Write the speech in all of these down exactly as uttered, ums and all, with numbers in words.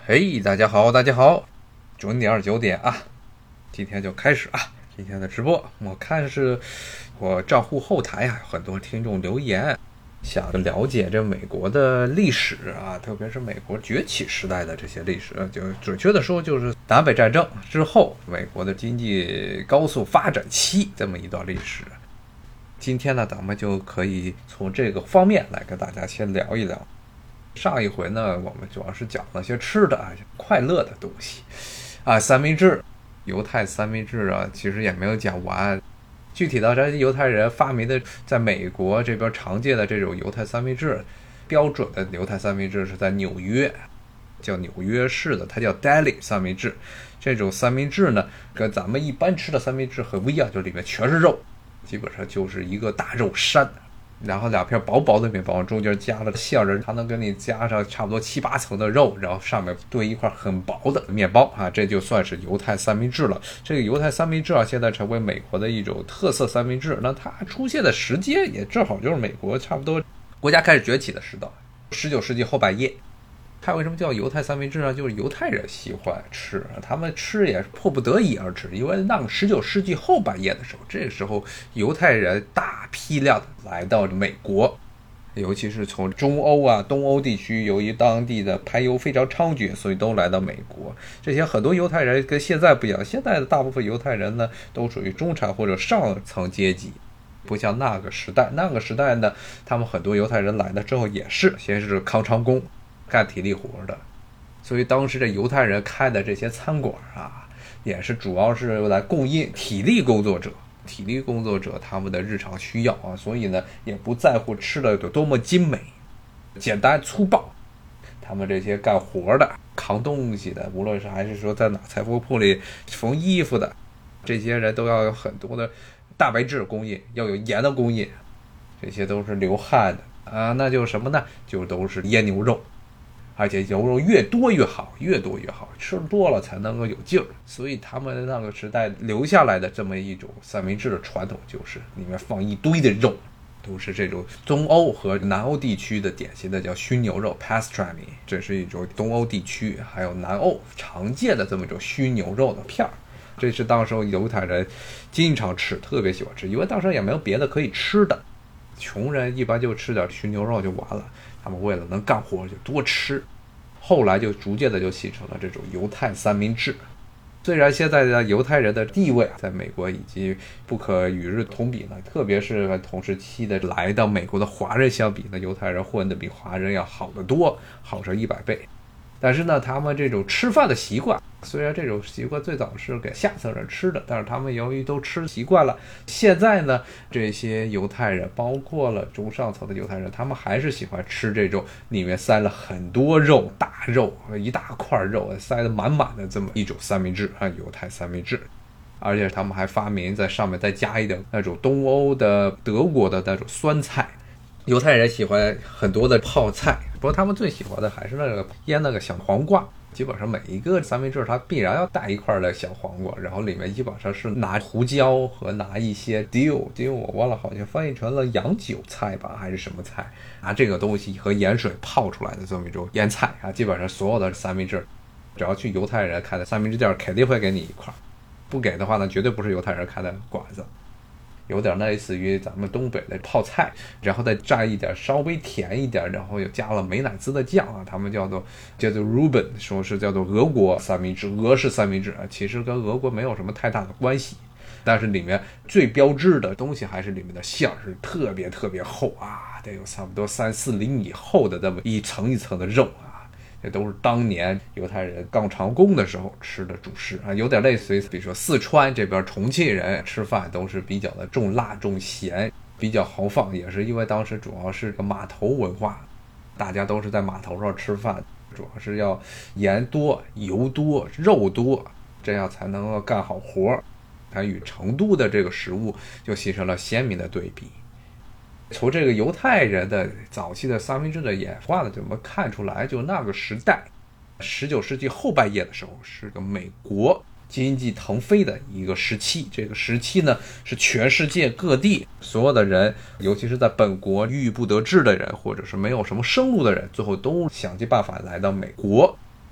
嘿，大家好，大家好，准点九点啊，今天就开始啊，今天的直播。我看是我账户后台啊，很多听众留言，想了解这美国的历史啊，特别是美国崛起时代的这些历史，就准确的说，就是南北战争之后，美国的经济高速发展期这么一段历史。今天呢，咱们就可以从这个方面来跟大家先聊一聊。上一回呢，我们主要是讲了些吃的啊，快乐的东西啊，三明治，犹太三明治啊，其实也没有讲完。具体到这犹太人发明的，在美国这边常见的这种犹太三明治，标准的犹太三明治是在纽约，叫纽约市的，它叫 deli 三明治。这种三明治呢，跟咱们一般吃的三明治很不一样，就里面全是肉，基本上就是一个大肉山。然后两片薄薄的面包，中间加了馅仁，它能给你加上差不多七八层的肉，然后上面堆一块很薄的面包啊，这就算是犹太三明治了。这个犹太三明治啊，现在成为美国的一种特色三明治。那它出现的时间也正好就是美国差不多国家开始崛起的时代，十九世纪后半叶。它为什么叫犹太三明治呢？就是犹太人喜欢吃，他们吃也是迫不得已而吃，因为那个十九世纪后半叶的时候，这个时候犹太人大批量的来到美国，尤其是从中欧啊、东欧地区，由于当地的排犹非常猖獗，所以都来到美国。这些很多犹太人跟现在不一样，现在的大部分犹太人呢，都属于中产或者上层阶级。不像那个时代，那个时代呢，他们很多犹太人来了之后也是先是康长工，干体力活的，所以当时这犹太人开的这些餐馆啊，也是主要是来供应体力工作者，体力工作者他们的日常需要啊，所以呢，也不在乎吃的有多么精美，简单粗暴。他们这些干活的、扛东西的，无论是还是说在哪裁缝铺里缝衣服的，这些人都要有很多的蛋白质供应，要有盐的供应，这些都是流汗的啊，那就是什么呢？就都是腌牛肉。而且牛肉越多越好，越多越好，吃多了才能够有劲儿。所以他们那个时代留下来的这么一种三明治的传统，就是里面放一堆的肉，都是这种东欧和南欧地区的典型的叫熏牛肉 pastrami， 这是一种东欧地区还有南欧常见的这么一种熏牛肉的片儿。这是当时犹太人经常吃，特别喜欢吃，因为当时也没有别的可以吃的，穷人一般就吃点熏牛肉就完了。他们为了能干活就多吃，后来就逐渐的就形成了这种犹太三明治。虽然现在的犹太人的地位在美国已经不可与日同比了，特别是和同时期的来到美国的华人相比呢，犹太人混得比华人要好得多，好上一百倍。但是呢，他们这种吃饭的习惯，虽然这种习惯最早是给下层人吃的，但是他们由于都吃习惯了，现在呢，这些犹太人，包括了中上层的犹太人，他们还是喜欢吃这种里面塞了很多肉、大肉，一大块肉塞得满满的这么一种三明治啊，犹太三明治。而且他们还发明在上面再加一点那种东欧的、德国的那种酸菜。犹太人喜欢很多的泡菜，不过他们最喜欢的还是那个腌那个小黄瓜。基本上每一个三明治它必然要带一块的小黄瓜，然后里面基本上是拿胡椒和拿一些 dill dill 我忘了，好像翻译成了洋韭菜吧还是什么菜，拿这个东西和盐水泡出来的这么一种腌菜啊。基本上所有的三明治，只要去犹太人开的三明治店肯定会给你一块，不给的话呢，绝对不是犹太人开的馆子。有点类似于咱们东北的泡菜，然后再蘸一点稍微甜一点，然后又加了美乃滋的酱啊，他们叫做叫做 Reuben， 说是叫做俄国三明治，俄式三明治啊，其实跟俄国没有什么太大的关系，但是里面最标志的东西还是里面的馅儿是特别特别厚啊，得有差不多三四厘米厚的这么一层一层的肉啊。这都是当年犹太人刚长工的时候吃的主食啊，有点类似于比如说四川这边重庆人吃饭都是比较的重辣重咸，比较豪放，也是因为当时主要是个码头文化，大家都是在码头上吃饭，主要是要盐多油多肉多，这样才能够干好活，它与成都的这个食物就形成了鲜明的对比。从这个犹太人的早期的三明治的演化呢，就我们看出来，就那个时代十九世纪后半叶的时候，是个美国经济腾飞的一个时期。这个时期呢，是全世界各地所有的人，尤其是在本国郁郁不得志的人，或者是没有什么生路的人，最后都想尽办法来到美国。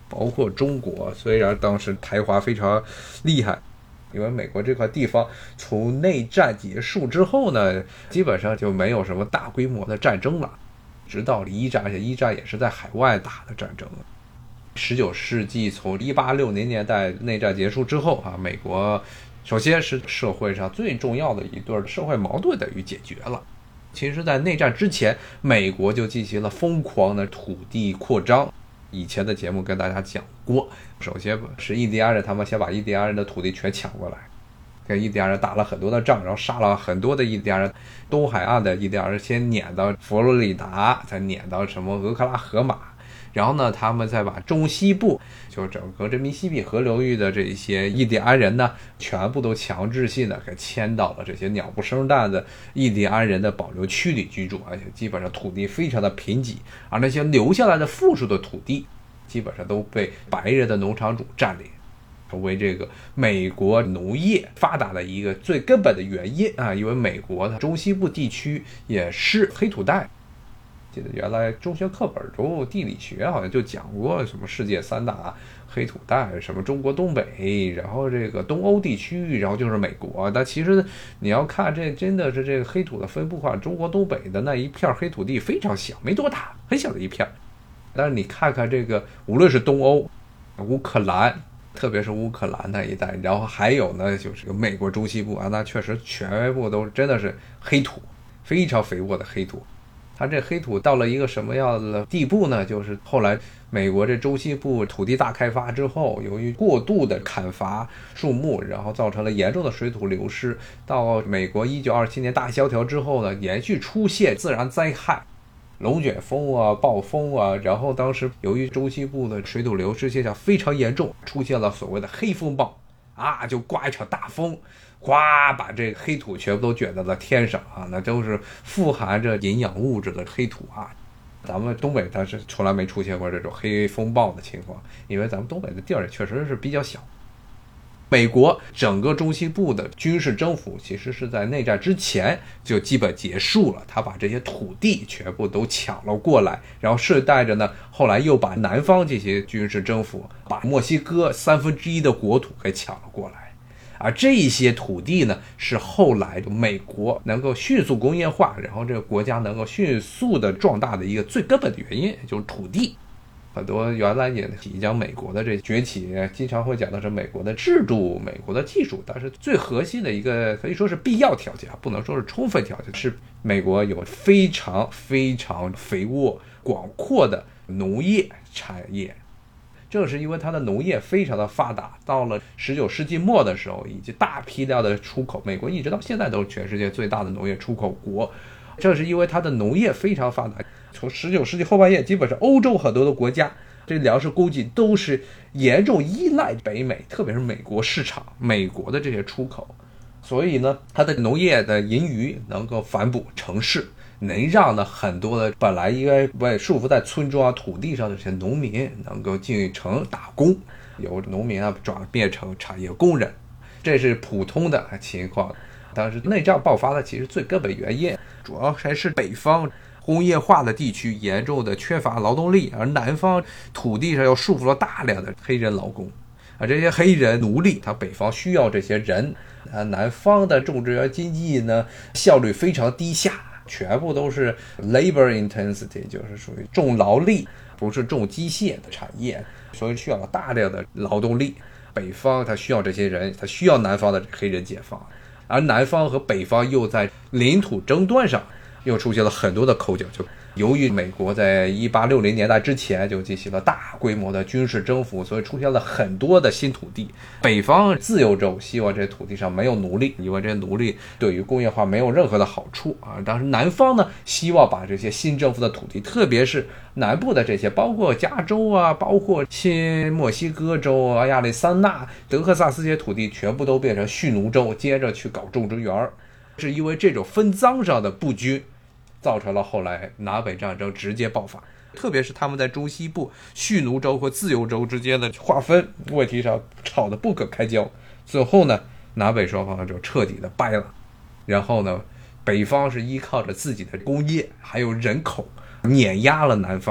包括中国，虽然当时排华非常厉害，因为美国这块地方从内战结束之后呢，基本上就没有什么大规模的战争了，直到一战，而且一战也是在海外打的战争。十九世纪从一八六零年代内战结束之后啊，美国首先是社会上最重要的一对社会矛盾等于解决了。其实在内战之前，美国就进行了疯狂的土地扩张，以前的节目跟大家讲过，首先是印第安人，他们先把印第安人的土地全抢过来，跟印第安人打了很多的仗，然后杀了很多的印第安人，东海岸的印第安人先撵到佛罗里达，再撵到什么俄克拉荷马，然后呢他们再把中西部就整个这密西西比河流域的这些印第安人呢，全部都强制性的给迁到了这些鸟不生蛋的印第安人的保留区里居住，而且基本上土地非常的贫瘠，而那些留下来的富庶的土地基本上都被白人的农场主占领，成为这个美国农业发达的一个最根本的原因啊！因为美国的中西部地区也是黑土带，记得原来中学课本中地理学好像就讲过什么世界三大黑土带，什么中国东北，然后这个东欧地区，然后就是美国。但其实你要看这真的是这个黑土的分布化，中国东北的那一片黑土地非常小，没多大，很小的一片。但是你看看这个，无论是东欧、乌克兰，特别是乌克兰那一带，然后还有呢就是美国中西部啊，那确实全部都真的是黑土，非常肥沃的黑土。它这黑土到了一个什么样的地步呢？就是后来美国这中西部土地大开发之后，由于过度的砍伐树木，然后造成了严重的水土流失。到美国一九二七年大萧条之后呢，连续出现自然灾害，龙卷风啊、暴风啊，然后当时由于中西部的水土流失现象非常严重，出现了所谓的黑风暴啊，就刮一场大风，呱把这个黑土全部都卷到了天上啊，那都是富含着营养物质的黑土啊。咱们东北但是从来没出现过这种黑风暴的情况，因为咱们东北的地儿确实是比较小。美国整个中西部的军事征服其实是在内战之前就基本结束了，他把这些土地全部都抢了过来，然后顺带着呢，后来又把南方这些军事征服，把墨西哥三分之一的国土给抢了过来。而这些土地呢，是后来美国能够迅速工业化，然后这个国家能够迅速的壮大的一个最根本的原因，就是土地。很多原来也讲美国的这崛起，经常会讲的是美国的制度、美国的技术，但是最核心的一个可以说是必要条件，不能说是充分条件，是美国有非常非常肥沃广阔的农业产业。正是因为它的农业非常的发达，到了十九世纪末的时候，以及大批量的出口，美国一直到现在都是全世界最大的农业出口国。正是因为它的农业非常发达，从十九世纪后半叶，基本上欧洲很多的国家这粮食供给都是严重依赖北美，特别是美国市场，美国的这些出口。所以呢，它的农业的盈余能够反哺城市，能让呢很多的本来应该被束缚在村庄啊土地上的这些农民能够进城打工，由农民啊转变成产业工人，这是普通的情况。当时内战爆发的其实最根本原因，主要还是北方工业化的地区严重的缺乏劳动力，而南方土地上又束缚了大量的黑人劳工，而这些黑人奴隶，他北方需要这些人，啊，南方的种植园经济呢效率非常低下，全部都是 labor intensity， 就是属于重劳力，不是重机械的产业，所以需要大量的劳动力。北方他需要这些人，他需要南方的黑人解放，而南方和北方又在领土争端上又出现了很多的口角。就由于美国在一八六零年代之前就进行了大规模的军事征服，所以出现了很多的新土地。北方自由州希望这土地上没有奴隶，因为这奴隶对于工业化没有任何的好处啊。当时南方呢希望把这些新征服的土地，特别是南部的这些，包括加州啊，包括新墨西哥州啊、亚利桑那、德克萨斯这些土地全部都变成蓄奴州，接着去搞种植园。是因为这种分赃上的不均，造成了后来南北战争直接爆发，特别是他们在中西部蓄奴州和自由州之间的划分问题上吵得不可开交。最后呢，南北双方就彻底的掰了。然后呢，北方是依靠着自己的工业还有人口碾压了南方，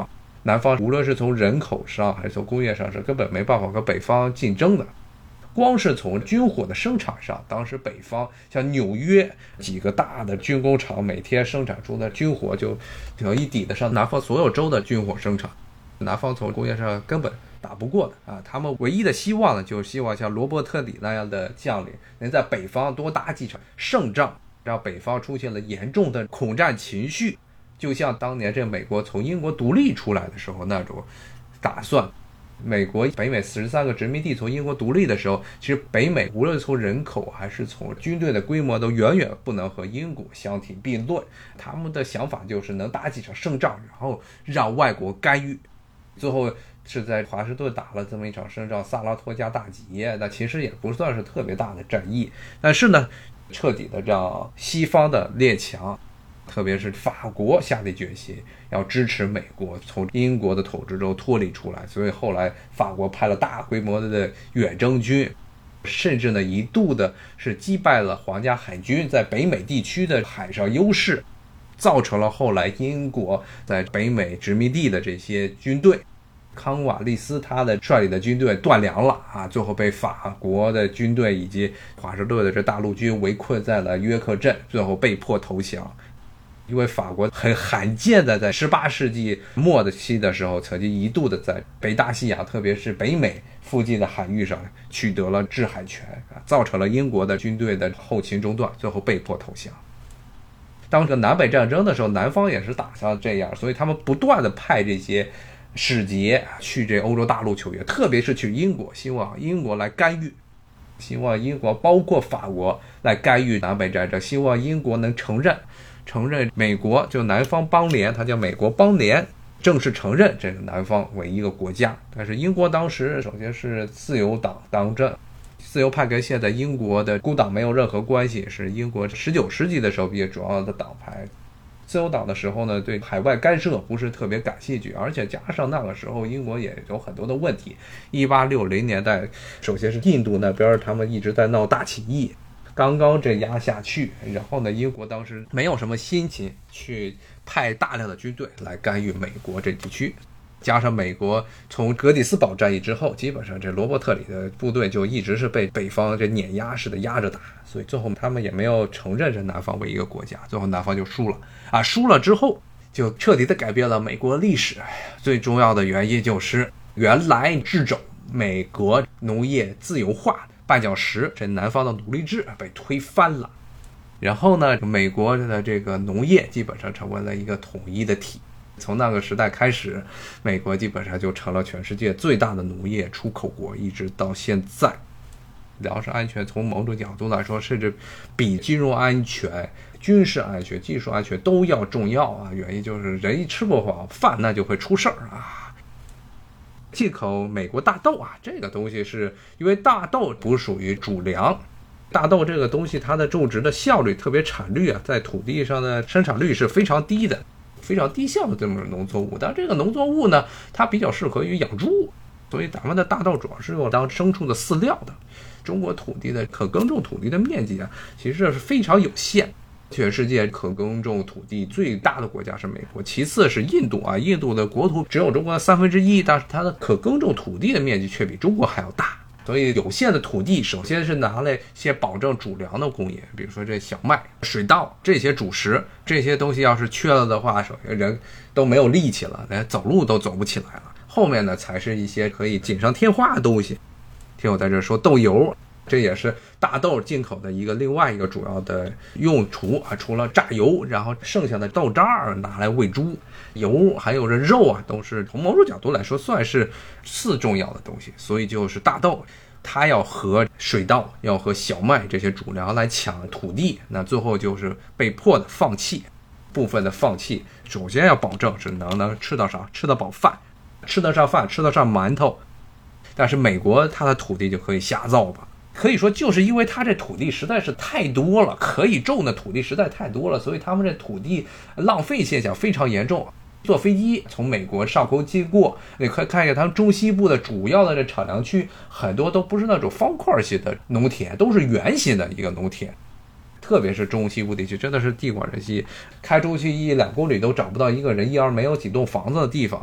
南方无论是从人口上还是从工业上是根本没办法和北方竞争的。光是从军火的生产上，当时北方像纽约几个大的军工厂每天生产出的军火就可以抵得上南方所有州的军火生产。南方从工业上根本打不过的啊！他们唯一的希望呢，就是希望像罗伯特里那样的将领能在北方多打几场胜仗，让北方出现了严重的恐战情绪，就像当年这美国从英国独立出来的时候那种打算。美国北美四十三个殖民地从英国独立的时候，其实北美无论从人口还是从军队的规模都远远不能和英国相提并论。他们的想法就是能打几场胜仗，然后让外国干预。最后是在华盛顿打了这么一场胜仗，萨拉托加大捷，那其实也不算是特别大的战役，但是呢彻底的让西方的列强特别是法国下定决心要支持美国从英国的统治中脱离出来，所以后来法国派了大规模的远征军，甚至呢一度的是击败了皇家海军在北美地区的海上优势，造成了后来英国在北美殖民地的这些军队，康瓦利斯他的率领的军队断粮了啊，最后被法国的军队以及华盛顿的这大陆军围困在了约克镇，最后被迫投降。因为法国很罕见的在十八世纪末的期的时候，曾经一度的在北大西洋特别是北美附近的海域上取得了制海权，造成了英国的军队的后勤中断，最后被迫投降。当这南北战争的时候，南方也是打算这样，所以他们不断的派这些使节去这欧洲大陆求援，特别是去英国，希望英国来干预，希望英国包括法国来干预南北战争，希望英国能承认承认美国就南方邦联，它叫美国邦联，正式承认这个南方为一个国家。但是英国当时首先是自由党当政，自由派跟现在英国的工党没有任何关系，是英国十九世纪的时候比较主要的党派。自由党的时候呢，对海外干涉不是特别感兴趣，而且加上那个时候英国也有很多的问题。一八六零年代，首先是印度那边他们一直在闹大起义，刚刚这压下去，然后呢，英国当时没有什么心情去派大量的军队来干预美国这地区，加上美国从格底斯堡战役之后，基本上这罗伯特里的部队就一直是被北方这碾压式的压着打，所以最后他们也没有承认这南方为一个国家，最后南方就输了啊！输了之后就彻底的改变了美国历史。最重要的原因就是原来制肘美国农业自由化绊脚石，这南方的奴隶制被推翻了，然后呢，美国的这个农业基本上成为了一个统一的体。从那个时代开始，美国基本上就成了全世界最大的农业出口国，一直到现在。粮食安全从某种角度来说，甚至比金融安全、军事安全、技术安全都要重要啊！原因就是人一吃不饱饭，那就会出事儿啊。进口美国大豆啊，这个东西是因为大豆不属于主粮，大豆这个东西它的种植的效率，特别产率啊，在土地上的生产率是非常低的，非常低效的这么农作物。但这个农作物呢，它比较适合于养猪，所以咱们的大豆主要是用当牲畜的饲料的。中国土地的可耕种土地的面积啊，其实是非常有限。全世界可耕种土地最大的国家是美国，其次是印度啊，印度的国土只有中国的三分之一，但是它的可耕种土地的面积却比中国还要大。所以有限的土地，首先是拿来先保证主粮的供应，比如说这小麦、水稻这些主食，这些东西要是缺了的话，首先人都没有力气了，连走路都走不起来了。后面呢，才是一些可以锦上添花的东西。听我在这说豆油，这也是大豆进口的一个另外一个主要的用途啊，除了榨油，然后剩下的豆渣儿拿来喂猪，油还有这肉啊，都是从某种角度来说算是次重要的东西。所以就是大豆它要和水稻要和小麦这些主粮来抢土地，那最后就是被迫的放弃，部分的放弃。首先要保证是能能吃到啥，吃得饱饭，吃得上饭，吃得上馒头。但是美国它的土地就可以瞎造吧，可以说就是因为它这土地实在是太多了，可以种的土地实在太多了，所以他们这土地浪费现象非常严重。坐飞机从美国上空经过，你可以看一下他们中西部的主要的这产粮区，很多都不是那种方块型的农田，都是圆形的一个农田。特别是中西部地区真的是地广人稀，开出去一两公里都找不到一个人，一而没有几栋房子的地方。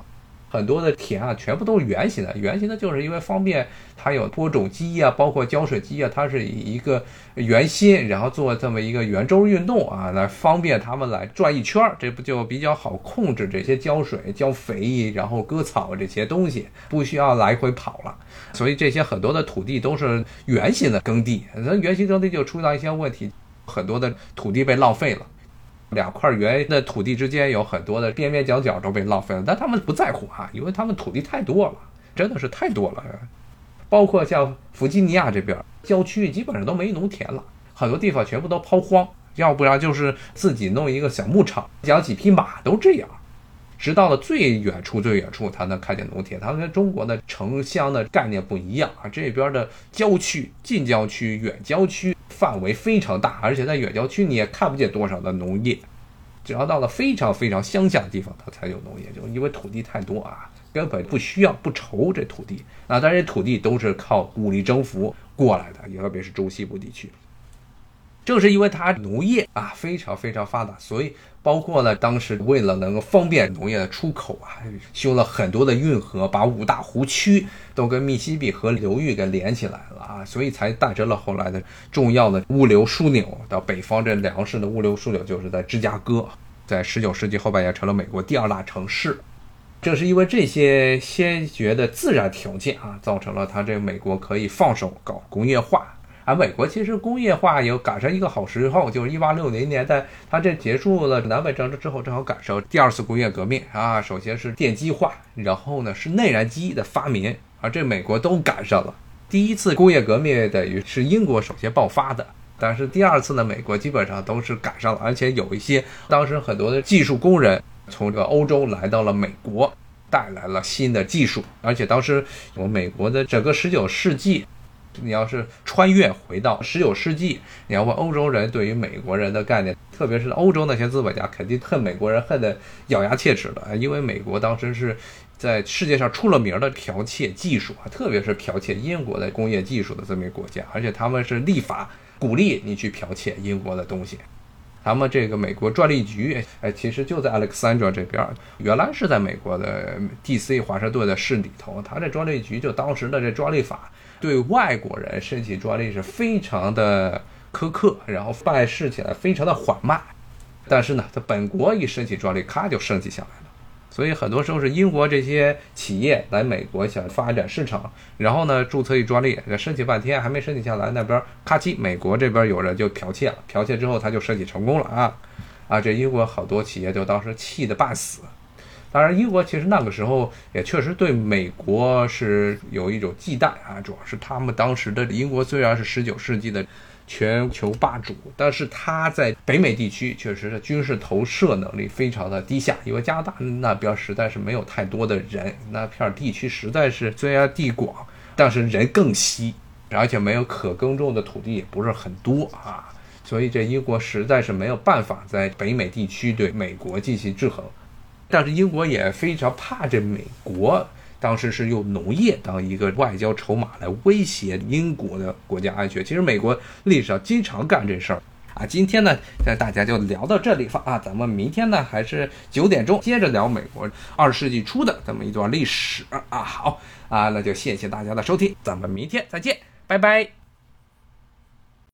很多的田啊，全部都是圆形的，圆形的就是因为方便它有播种机啊，包括浇水机啊，它是以一个圆心，然后做这么一个圆周运动啊，来方便他们来转一圈，这不就比较好控制这些浇水、浇肥，然后割草这些东西，不需要来回跑了。所以这些很多的土地都是圆形的耕地，那圆形耕地就出到一些问题，很多的土地被浪费了。两块圆的土地之间有很多的边边角角都被浪费了，但他们不在乎啊，因为他们土地太多了，真的是太多了。包括像弗吉尼亚这边郊区基本上都没农田了，很多地方全部都抛荒，要不然就是自己弄一个小牧场，养几匹马都这样。直到了最远处最远处才能看见农田，它跟中国的城乡的概念不一样啊，这边的郊区、近郊区、远郊区范围非常大，而且在远郊区你也看不见多少的农业，只要到了非常非常乡下的地方它才有农业，就因为土地太多啊，根本不需要不愁这土地啊，但是土地都是靠武力征服过来的，特别是中西部地区。正是因为它农业啊非常非常发达，所以包括了当时为了能够方便农业的出口啊，修了很多的运河，把五大湖区都跟密西西比河流域给连起来了啊，所以才诞生了后来的重要的物流枢纽。到北方这粮食的物流枢纽就是在芝加哥，在十九世纪后半叶成了美国第二大城市。正是因为这些先决的自然条件啊，造成了它这美国可以放手搞工业化。而美国其实工业化有赶上一个好时候，就是一八六零年代，它这结束了南北战争之后，正好赶上第二次工业革命啊。首先是电机化，然后呢是内燃机的发明，而这美国都赶上了。第一次工业革命等于是英国首先爆发的，但是第二次呢，美国基本上都是赶上了，而且有一些当时很多的技术工人从这个欧洲来到了美国，带来了新的技术，而且当时我美国的整个十九世纪。你要是穿越回到十九世纪，你要问欧洲人对于美国人的概念，特别是欧洲那些资本家肯定恨美国人恨得咬牙切齿的，因为美国当时是在世界上出了名的剽窃技术啊，特别是剽窃英国的工业技术的这么一个国家，而且他们是立法鼓励你去剽窃英国的东西。他们这个美国专利局，哎，其实就在 Alexandria 这边，原来是在美国的 D C 华盛顿的市里头，他这专利局就当时的这专利法对外国人申请专利是非常的苛刻，然后办事起来非常的缓慢，但是呢，他本国一申请专利，咔就升级下来了。所以很多时候是英国这些企业来美国想发展市场，然后呢注册一专利，申请半天还没申请下来，那边咔叽，美国这边有人就剽窃了，剽窃之后他就申请成功了啊啊！这英国好多企业就当时气得半死。当然，英国其实那个时候也确实对美国是有一种忌惮啊，主要是他们当时的英国虽然是十九世纪的全球霸主，但是他在北美地区确实是军事投射能力非常的低下，因为加拿大那边实在是没有太多的人，那片地区实在是虽然地广，但是人更稀，而且没有可耕种的土地也不是很多啊，所以这英国实在是没有办法在北美地区对美国进行制衡。但是英国也非常怕这美国当时是用农业当一个外交筹码来威胁英国的国家安全。其实美国历史上经常干这事儿啊。今天呢，大家就聊到这里吧啊，咱们明天呢还是九点钟接着聊美国二十世纪初的这么一段历史啊。好啊，那就谢谢大家的收听，咱们明天再见，拜拜。